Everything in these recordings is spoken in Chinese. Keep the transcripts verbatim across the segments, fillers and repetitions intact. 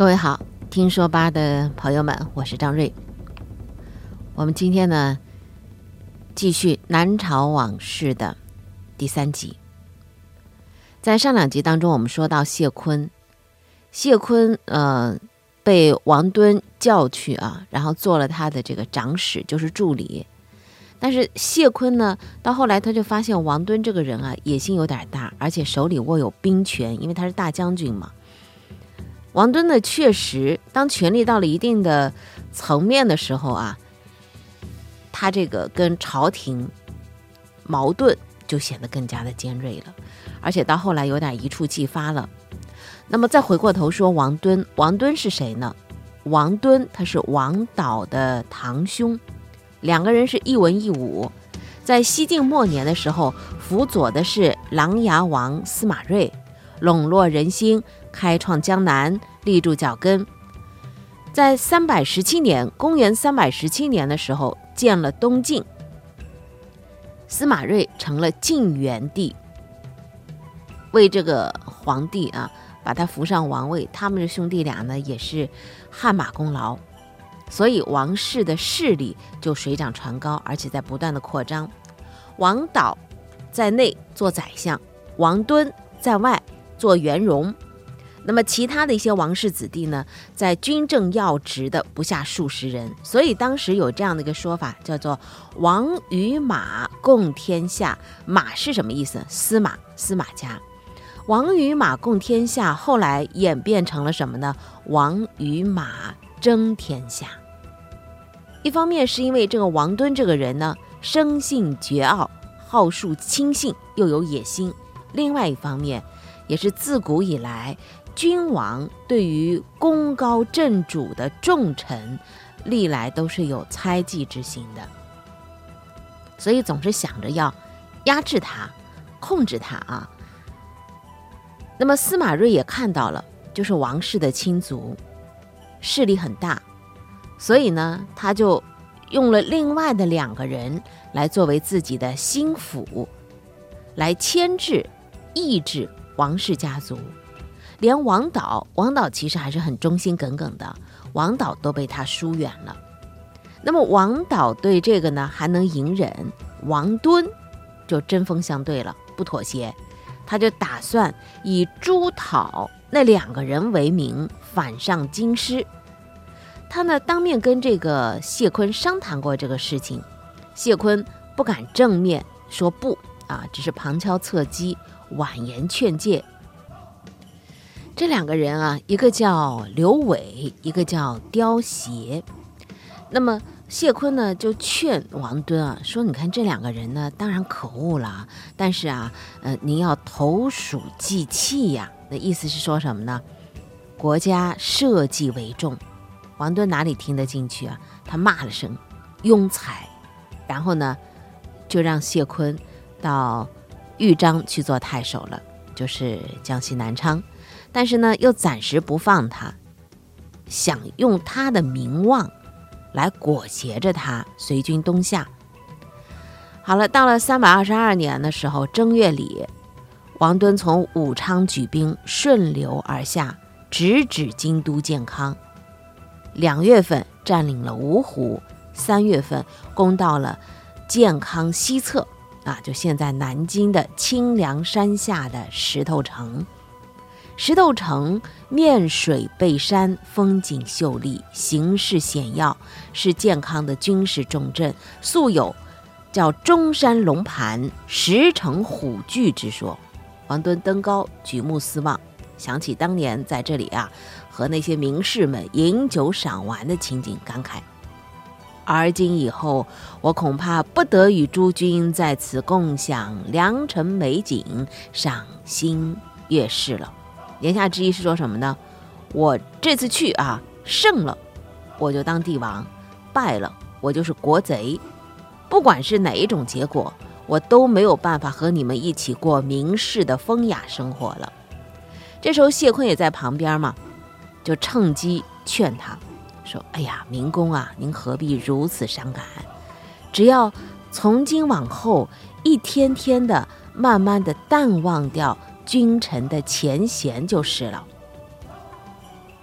各位好，听说吧的朋友们，我是张瑞。我们今天呢继续南朝往事的第三集。在上两集当中，我们说到谢坤，谢坤呃被王敦叫去啊，然后做了他的这个长史，就是助理。但是谢坤呢，到后来他就发现王敦这个人啊，野心有点大，而且手里握有兵权，因为他是大将军嘛。王敦呢，确实当权力到了一定的层面的时候啊，他这个跟朝廷矛盾就显得更加的尖锐了，而且到后来有点一触即发了。那么再回过头说王敦，王敦是谁呢？王敦他是王导的堂兄，两个人是一文一武。在西晋末年的时候，辅佐的是琅琊王司马睿，笼络人心，开创江南，立住脚跟。在三百十七年，公元三百十七年的时候，建了东晋，司马睿成了晋元帝，为这个皇帝啊，把他扶上王位。他们这兄弟俩呢，也是汗马功劳，所以王室的势力就水涨船高，而且在不断的扩张。王导在内做宰相，王敦在外做元戎。那么其他的一些王室子弟呢，在军政要职的不下数十人。所以当时有这样的一个说法，叫做王与马共天下。马是什么意思？司马，司马家。王与马共天下后来演变成了什么呢？王与马争天下。一方面是因为这个王敦这个人呢，生性桀骜，好术轻信，又有野心。另外一方面也是自古以来君王对于功高震主的重臣历来都是有猜忌之心的，所以总是想着要压制他，控制他啊。那么司马睿也看到了，就是王室的亲族势力很大，所以呢他就用了另外的两个人来作为自己的心腹，来牵制抑制王氏家族。连王导，王导其实还是很忠心耿耿的，王导都被他疏远了。那么王导对这个呢还能隐忍，王敦就针锋相对了，不妥协。他就打算以朱讨那两个人为名反上京师。他呢当面跟这个谢坤商谈过这个事情，谢坤不敢正面说不啊，只是旁敲侧击，婉言劝诫。这两个人啊，一个叫刘伟，一个叫刁协。那么谢坤呢就劝王敦啊，说你看这两个人呢当然可恶了，但是啊呃，您要投鼠忌器呀。那意思是说什么呢？国家社稷为重。王敦哪里听得进去啊？他骂了声庸才，然后呢就让谢坤到豫章去做太守了，就是江西南昌。但是呢又暂时不放他，想用他的名望来裹挟着他随军东下。好了，到了三百二十二年的时候，正月里，王敦从武昌举兵顺流而下，直指京都建康。两月份占领了芜湖，三月份攻到了建康西侧啊，就现在南京的清凉山下的石头城。石头城面水背山，风景秀丽，形势险要，是建康的军事重镇，素有叫中山龙盘，十城虎踞之说。王敦登高举目四望，想起当年在这里啊和那些名士们饮酒赏玩的情景，感慨而今以后，我恐怕不得与诸君在此共享良辰美景，赏心悦事了。言下之意是说什么呢？我这次去啊，胜了我就当帝王，败了我就是国贼。不管是哪一种结果，我都没有办法和你们一起过名士的风雅生活了。这时候谢坤也在旁边嘛，就趁机劝他说，哎呀，明公啊，您何必如此伤感，只要从今往后一天天的慢慢的淡忘掉君臣的前嫌就是了。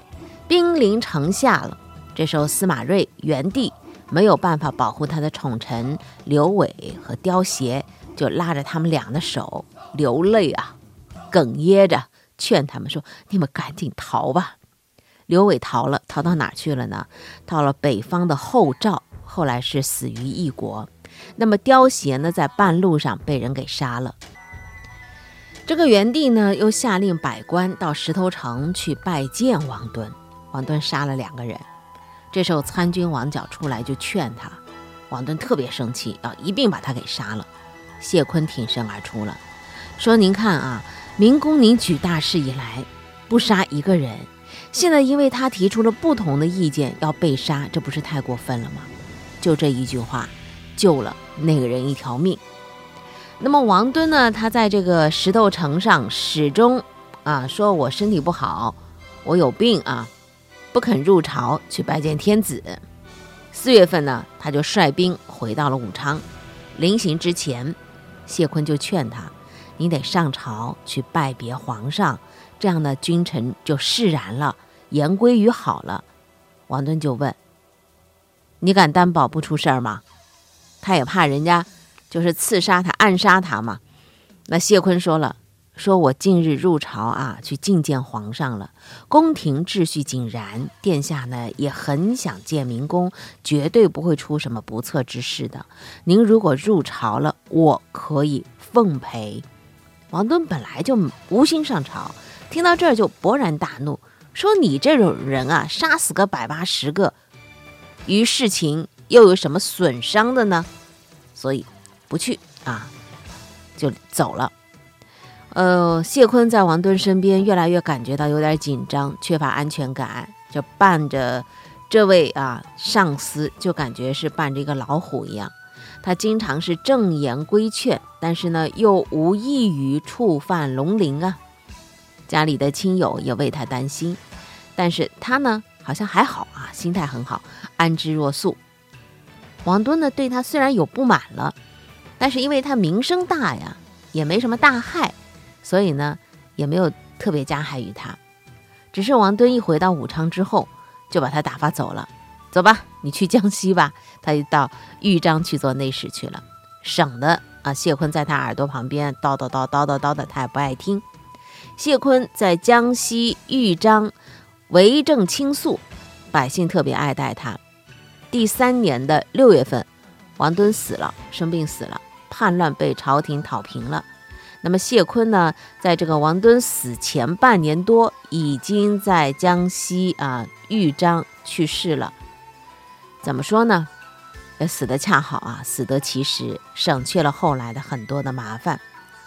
兵临城下了。这时候司马睿元帝没有办法保护他的宠臣刘伟和刁协，就拉着他们俩的手流泪啊，哽咽着劝他们说，你们赶紧逃吧。刘伟逃了，逃到哪去了呢？到了北方的后赵，后来是死于异国。那么刁协呢，在半路上被人给杀了。这个元帝呢，又下令百官到石头城去拜见王敦。王敦杀了两个人。这时候参军王角出来就劝他，王敦特别生气，要一并把他给杀了。谢坤挺身而出了，说您看啊，明公您举大事以来不杀一个人，现在因为他提出了不同的意见要被杀，这不是太过分了吗？就这一句话救了那个人一条命。那么王敦呢，他在这个石头城上始终啊说我身体不好，我有病啊，不肯入朝去拜见天子。四月份呢，他就率兵回到了武昌。临行之前，谢坤就劝他，你得上朝去拜别皇上，这样呢君臣就释然了，言归于好了。王敦就问，你敢担保不出事儿吗？他也怕人家就是刺杀他暗杀他嘛。那谢坤说了，说我近日入朝啊，去觐见皇上了，宫廷秩序井然，殿下呢也很想见明公，绝对不会出什么不测之事的。您如果入朝了，我可以奉陪。王敦本来就无心上朝，听到这儿就勃然大怒，说你这种人啊，杀死个百八十个，于事情又有什么损伤的呢？所以不去啊，就走了。呃，谢坤在王敦身边越来越感觉到有点紧张，缺乏安全感，就伴着这位啊上司，就感觉是伴着一个老虎一样。他经常是正言规劝，但是呢又无异于触犯龙鳞啊。家里的亲友也为他担心，但是他呢好像还好啊，心态很好，安之若素。王敦呢对他虽然有不满了，但是因为他名声大呀，也没什么大害，所以呢也没有特别加害于他。只是王敦一回到武昌之后，就把他打发走了，走吧，你去江西吧。他就到豫章去做内史去了，省得啊谢坤在他耳朵旁边叨叨叨叨叨叨的，他也不爱听。谢坤在江西豫章为政清肃，百姓特别爱戴他。第三年的六月份，王敦死了，生病死了，叛乱被朝廷讨平了。那么谢坤呢，在这个王敦死前半年多，已经在江西啊豫章去世了。怎么说呢？死得恰好啊，死得其时，省去了后来的很多的麻烦。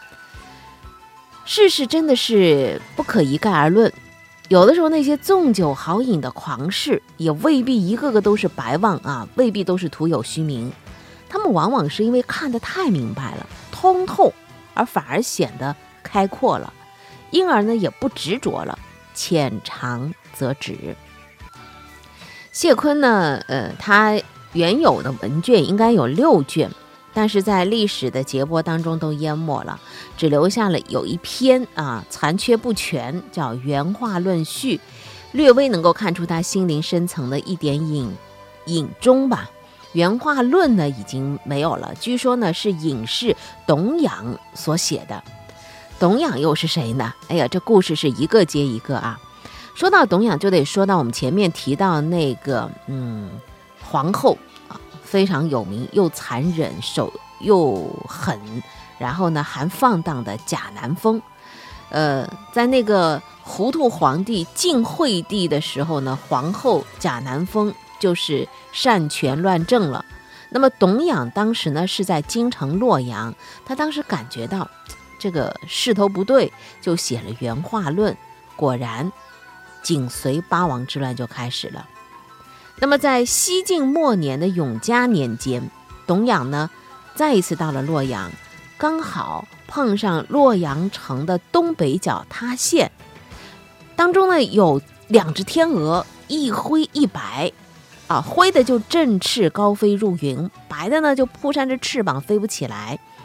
世事真的是不可一概而论，有的时候那些纵酒豪饮的狂士，也未必一个个都是白望啊，未必都是徒有虚名。他们往往是因为看得太明白了，通透，而反而显得开阔了，因而呢也不执着了，浅尝辄止。谢坤呢，呃，他原有的文卷应该有六卷，但是在历史的劫波当中都淹没了，只留下了有一篇啊残缺不全，叫《原话论序》，略微能够看出他心灵深层的一点隐隐衷吧。原话论呢已经没有了，据说呢是隐士董养所写的。董养又是谁呢？哎呀，这故事是一个接一个啊。说到董养，就得说到我们前面提到那个嗯皇后啊，非常有名，又残忍，手又狠，然后呢还放荡的贾南风。呃，在那个糊涂皇帝晋惠帝的时候呢，皇后贾南风就是擅权乱政了。那么董养当时呢是在京城洛阳，他当时感觉到这个势头不对，就写了原话论。果然紧随八王之乱就开始了。那么在西晋末年的永嘉年间，董养呢再一次到了洛阳，刚好碰上洛阳城的东北角塌陷，当中呢有两只天鹅，一灰一白啊，灰的就振翅高飞入云，白的呢就扑扇着翅膀飞不起来。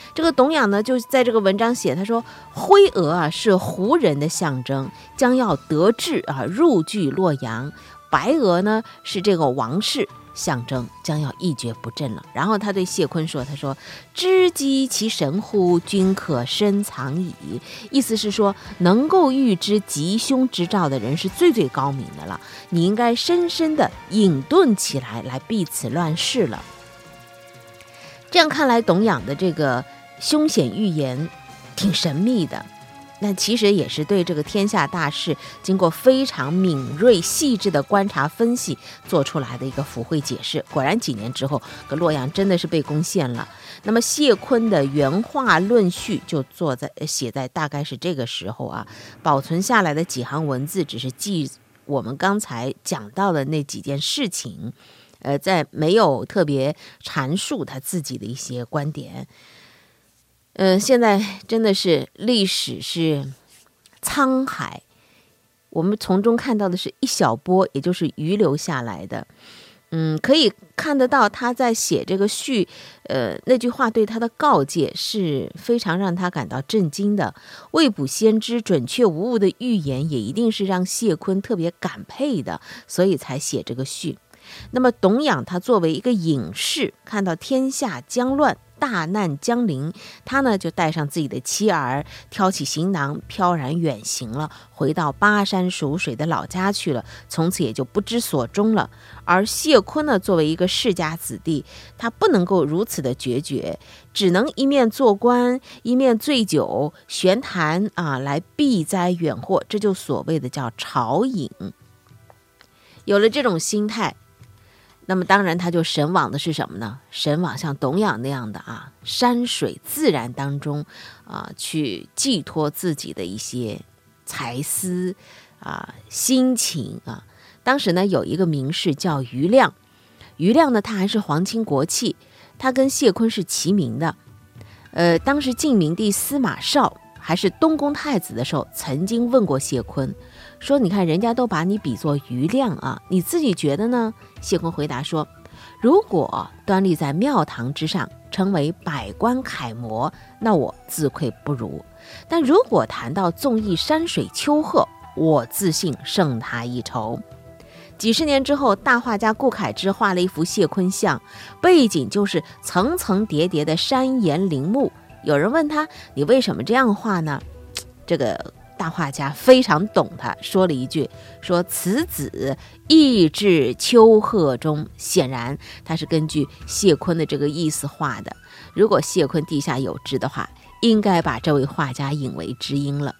这个董养呢，就在这个文章写，他说灰鹅啊是胡人的象征，将要得志啊，入据洛阳；白鹅呢是这个王室象征，将要一蹶不振了。然后他对谢坤说，他说知机其神乎，君可深藏矣。意思是说，能够预知吉凶之兆的人是最最高明的了，你应该深深的隐遁起来，来避此乱世了。这样看来，董养的这个凶险预言挺神秘的，那其实也是对这个天下大事经过非常敏锐细致的观察分析做出来的一个附会解释。果然几年之后，这洛阳真的是被攻陷了。那么谢坤的原话论序就做在写在大概是这个时候啊，保存下来的几行文字只是记我们刚才讲到的那几件事情，呃，在没有特别阐述他自己的一些观点。呃，现在真的是历史是沧海，我们从中看到的是一小波，也就是余留下来的。嗯，可以看得到他在写这个序，呃，那句话对他的告诫是非常让他感到震惊的。未卜先知、准确无误的预言，也一定是让谢坤特别感佩的，所以才写这个序。那么董养他作为一个隐士，看到天下将乱，大难将临，他呢就带上自己的妻儿，挑起行囊，飘然远行了，回到巴山蜀水的老家去了，从此也就不知所终了。而谢坤呢，作为一个世家子弟，他不能够如此的决绝，只能一面做官，一面醉酒玄谈啊，来避灾远祸，这就所谓的叫朝隐。有了这种心态，那么当然他就神往的是什么呢？神往像董养那样的啊，山水自然当中啊，去寄托自己的一些才思啊、心情啊。当时呢，有一个名士叫余亮，余亮呢，他还是皇亲国戚，他跟谢坤是齐名的。呃，当时晋明帝司马绍还是东宫太子的时候，曾经问过谢坤，说你看人家都把你比作余亮啊，你自己觉得呢？谢坤回答说，如果端立在庙堂之上，成为百官楷模，那我自愧不如；但如果谈到纵意山水丘壑，我自信胜他一筹。几十年之后，大画家顾恺之画了一幅谢坤像，背景就是层层叠叠的山岩林木。有人问他，你为什么这样画呢？这个大画家非常懂他，说了一句，说此子意至丘壑中。显然他是根据谢坤的这个意思画的。如果谢坤地下有知的话，应该把这位画家引为知音了。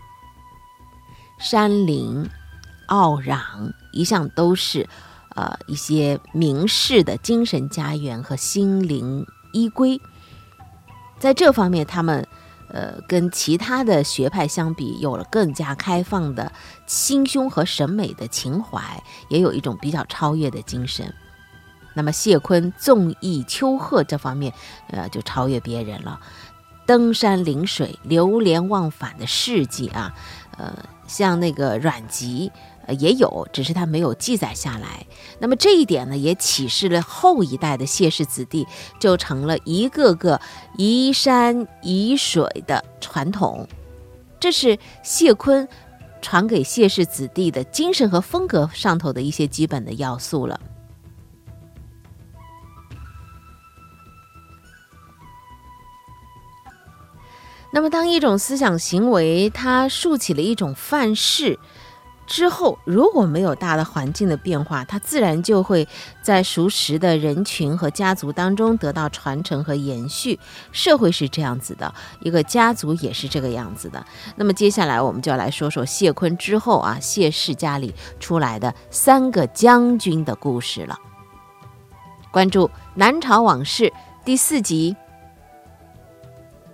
山林傲壤一向都是呃一些名士的精神家园和心灵依归，在这方面他们呃跟其他的学派相比，有了更加开放的心胸和审美的情怀，也有一种比较超越的精神。那么谢坤纵意丘壑这方面呃就超越别人了，登山临水流连忘返的事迹啊，呃像那个阮籍呃也有，只是他没有记载下来。那么这一点呢，也启示了后一代的谢氏子弟，就成了一个个移山移水的传统。这是谢坤传给谢氏子弟的精神和风格上头的一些基本的要素了。那么当一种思想行为它树起了一种范式之后，如果没有大的环境的变化，它自然就会在熟识的人群和家族当中得到传承和延续。社会是这样子的，一个家族也是这个样子的。那么接下来我们就要来说说谢坤之后啊，谢氏家里出来的三个将军的故事了。关注南朝往事第四集。